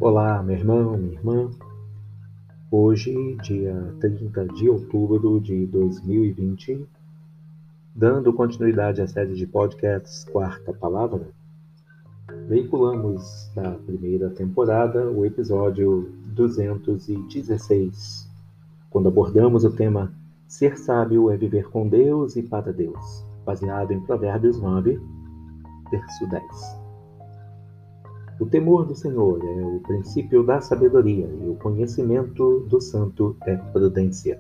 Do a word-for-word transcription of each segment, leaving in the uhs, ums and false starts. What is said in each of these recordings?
Olá, meu irmão, minha irmã. Hoje, dia trinta de outubro de dois mil e vinte, dando continuidade à série de podcasts Quarta Palavra, veiculamos da primeira temporada o episódio duzentos e dezesseis, quando abordamos o tema Ser sábio é viver com Deus e para Deus, baseado em Provérbios nove, verso dez. O temor do Senhor é o princípio da sabedoria, e o conhecimento do santo é prudência.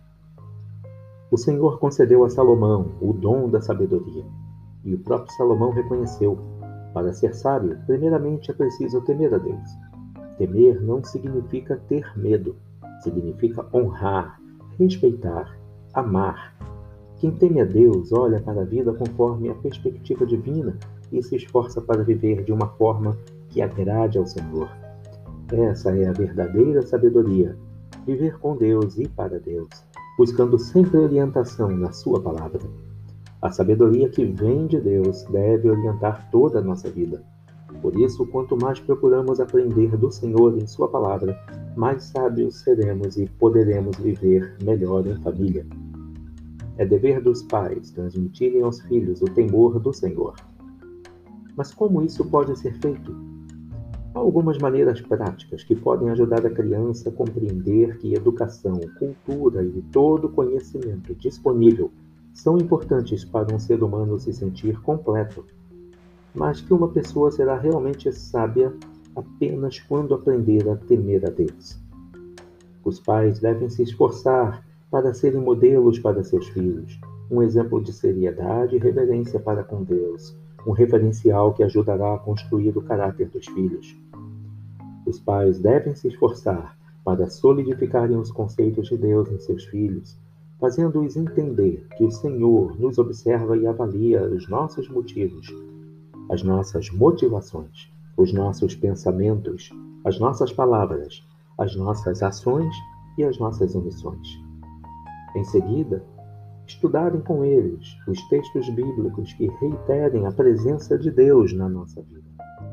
O Senhor concedeu a Salomão o dom da sabedoria, e o próprio Salomão reconheceu: para ser sábio, primeiramente é preciso temer a Deus. Temer não significa ter medo, significa honrar, respeitar, amar. Quem teme a Deus olha para a vida conforme a perspectiva divina e se esforça para viver de uma forma que agrade ao Senhor. Essa é a verdadeira sabedoria, viver com Deus e para Deus, buscando sempre orientação na sua palavra. A sabedoria que vem de Deus deve orientar toda a nossa vida. Por isso, quanto mais procuramos aprender do Senhor em sua palavra, mais sábios seremos e poderemos viver melhor em família. É dever dos pais transmitirem aos filhos o temor do Senhor. Mas como isso pode ser feito? Há algumas maneiras práticas que podem ajudar a criança a compreender que educação, cultura e todo conhecimento disponível são importantes para um ser humano se sentir completo, mas que uma pessoa será realmente sábia apenas quando aprender a temer a Deus. Os pais devem se esforçar para serem modelos para seus filhos, um exemplo de seriedade e reverência para com Deus, um referencial que ajudará a construir o caráter dos filhos. Os pais devem se esforçar para solidificarem os conceitos de Deus em seus filhos, fazendo-os entender que o Senhor nos observa e avalia os nossos motivos, as nossas motivações, os nossos pensamentos, as nossas palavras, as nossas ações e as nossas omissões. Em seguida, estudarem com eles os textos bíblicos que reiterem a presença de Deus na nossa vida.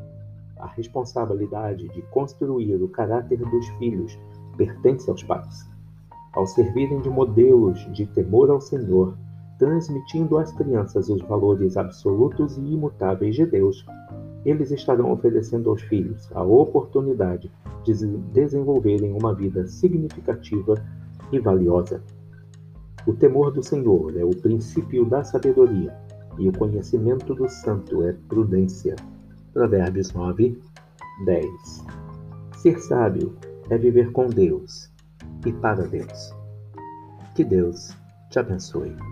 A responsabilidade de construir o caráter dos filhos pertence aos pais. Ao servirem de modelos de temor ao Senhor, transmitindo às crianças os valores absolutos e imutáveis de Deus, eles estarão oferecendo aos filhos a oportunidade de desenvolverem uma vida significativa e valiosa. O temor do Senhor é o princípio da sabedoria, e o conhecimento do santo é prudência. Provérbios nove, dez. Ser sábio é viver com Deus e para Deus. Que Deus te abençoe.